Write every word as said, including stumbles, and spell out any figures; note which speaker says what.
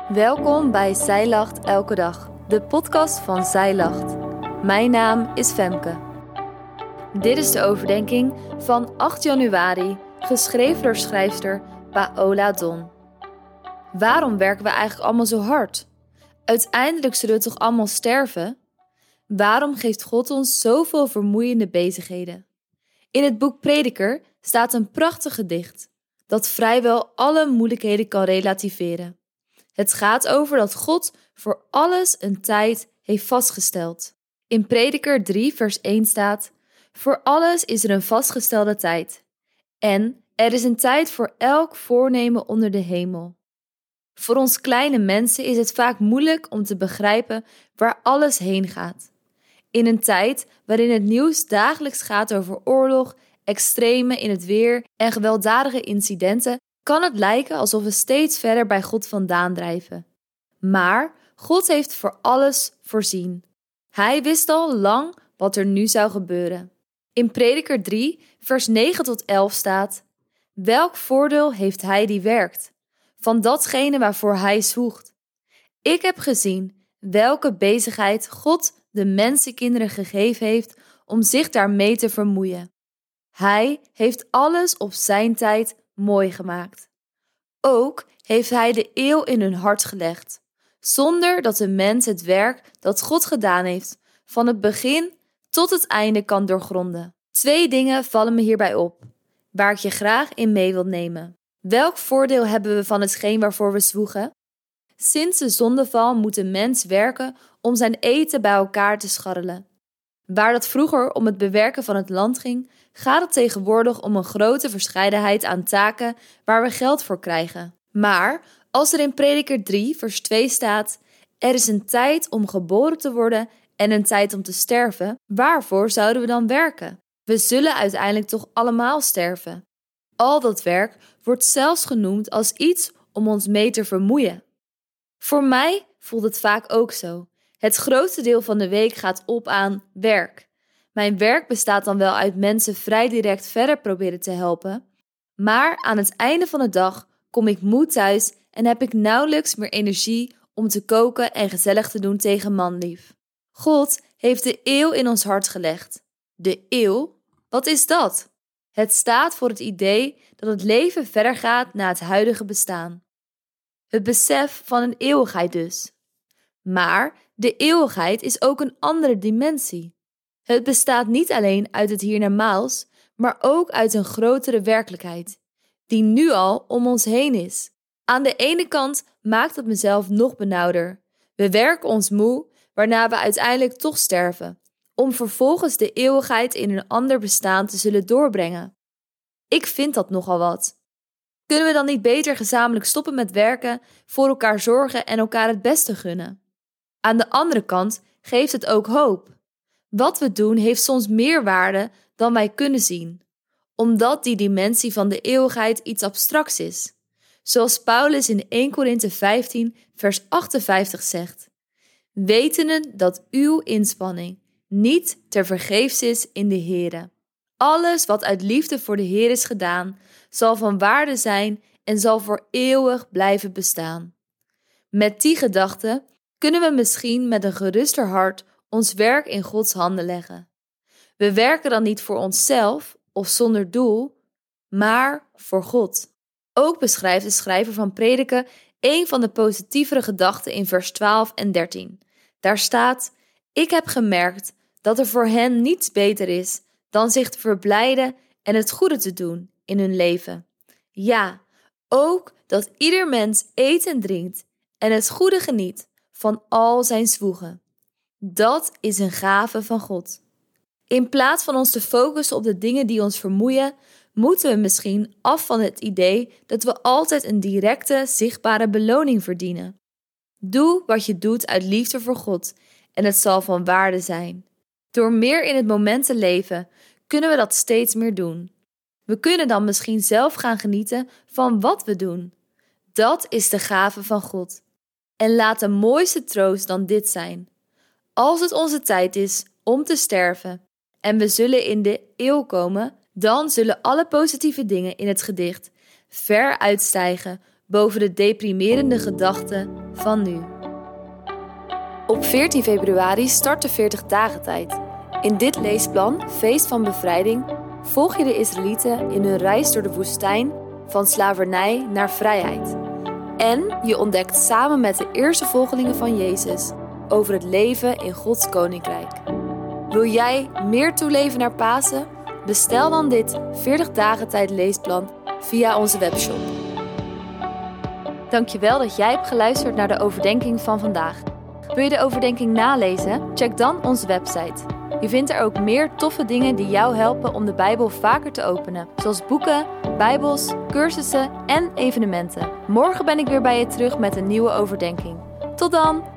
Speaker 1: Welkom bij Zij Lacht Elke Dag, de podcast van Zij Lacht. Mijn naam is Femke. Dit is de overdenking van acht januari, geschreven door schrijfster Paola Don. Waarom werken we eigenlijk allemaal zo hard? Uiteindelijk zullen we toch allemaal sterven? Waarom geeft God ons zoveel vermoeiende bezigheden? In het boek Prediker staat een prachtig gedicht dat vrijwel alle moeilijkheden kan relativeren. Het gaat over dat God voor alles een tijd heeft vastgesteld. In Prediker drie vers één staat: voor alles is er een vastgestelde tijd. En er is een tijd voor elk voornemen onder de hemel. Voor ons kleine mensen is het vaak moeilijk om te begrijpen waar alles heen gaat. In een tijd waarin het nieuws dagelijks gaat over oorlog, extreme in het weer en gewelddadige incidenten, kan het lijken alsof we steeds verder bij God vandaan drijven. Maar God heeft voor alles voorzien. Hij wist al lang wat er nu zou gebeuren. In Prediker drie, vers negen tot elf staat: welk voordeel heeft hij die werkt, van datgene waarvoor hij zwoegt? Ik heb gezien welke bezigheid God de mensenkinderen gegeven heeft om zich daarmee te vermoeien. Hij heeft alles op zijn tijd mooi gemaakt. Ook heeft hij de eeuw in hun hart gelegd, zonder dat de mens het werk dat God gedaan heeft, van het begin tot het einde kan doorgronden. Twee dingen vallen me hierbij op, waar ik je graag in mee wil nemen. Welk voordeel hebben we van hetgeen waarvoor we zwoegen? Sinds de zondeval moet de mens werken om zijn eten bij elkaar te scharrelen. Waar dat vroeger om het bewerken van het land ging, gaat het tegenwoordig om een grote verscheidenheid aan taken waar we geld voor krijgen. Maar als er in Prediker drie vers twee staat: er is een tijd om geboren te worden en een tijd om te sterven, waarvoor zouden we dan werken? We zullen uiteindelijk toch allemaal sterven. Al dat werk wordt zelfs genoemd als iets om ons mee te vermoeien. Voor mij voelt het vaak ook zo. Het grootste deel van de week gaat op aan werk. Mijn werk bestaat dan wel uit mensen vrij direct verder proberen te helpen, maar aan het einde van de dag kom ik moe thuis en heb ik nauwelijks meer energie om te koken en gezellig te doen tegen manlief. God heeft de eeuw in ons hart gelegd. De eeuw? Wat is dat? Het staat voor het idee dat het leven verder gaat na het huidige bestaan. Het besef van een eeuwigheid dus. Maar de eeuwigheid is ook een andere dimensie. Het bestaat niet alleen uit het hiernamaals, maar ook uit een grotere werkelijkheid, die nu al om ons heen is. Aan de ene kant maakt het mezelf nog benauwder. We werken ons moe, waarna we uiteindelijk toch sterven, om vervolgens de eeuwigheid in een ander bestaan te zullen doorbrengen. Ik vind dat nogal wat. Kunnen we dan niet beter gezamenlijk stoppen met werken, voor elkaar zorgen en elkaar het beste gunnen? Aan de andere kant geeft het ook hoop. Wat we doen heeft soms meer waarde dan wij kunnen zien, omdat die dimensie van de eeuwigheid iets abstracts is. Zoals Paulus in Eerste Korinthe vijftien vers achtenvijftig zegt: wetende dat uw inspanning niet tevergeefs is in de Here. Alles wat uit liefde voor de Heer is gedaan, zal van waarde zijn en zal voor eeuwig blijven bestaan. Met die gedachte kunnen we misschien met een geruster hart ons werk in Gods handen leggen. We werken dan niet voor onszelf of zonder doel, maar voor God. Ook beschrijft de schrijver van Prediker een van de positievere gedachten in vers twaalf en dertien. Daar staat: ik heb gemerkt dat er voor hen niets beter is dan zich te verblijden en het goede te doen in hun leven. Ja, ook dat ieder mens eet en drinkt en het goede geniet van al zijn zwoegen. Dat is een gave van God. In plaats van ons te focussen op de dingen die ons vermoeien, moeten we misschien af van het idee dat we altijd een directe, zichtbare beloning verdienen. Doe wat je doet uit liefde voor God en het zal van waarde zijn. Door meer in het moment te leven, kunnen we dat steeds meer doen. We kunnen dan misschien zelf gaan genieten van wat we doen. Dat is de gave van God. En laat de mooiste troost dan dit zijn: als het onze tijd is om te sterven en we zullen in de eeuw komen, dan zullen alle positieve dingen in het gedicht ver uitstijgen boven de deprimerende gedachte van nu. Op veertien februari start de veertig dagen tijd. In dit leesplan, Feest van Bevrijding, volg je de Israëlieten in hun reis door de woestijn van slavernij naar vrijheid. En je ontdekt samen met de eerste volgelingen van Jezus over het leven in Gods Koninkrijk. Wil jij meer toeleven naar Pasen? Bestel dan dit veertig dagen tijd leesplan via onze webshop. Dankjewel dat jij hebt geluisterd naar de overdenking van vandaag. Wil je de overdenking nalezen? Check dan onze website. Je vindt er ook meer toffe dingen die jou helpen om de Bijbel vaker te openen. Zoals boeken, bijbels, cursussen en evenementen. Morgen ben ik weer bij je terug met een nieuwe overdenking. Tot dan!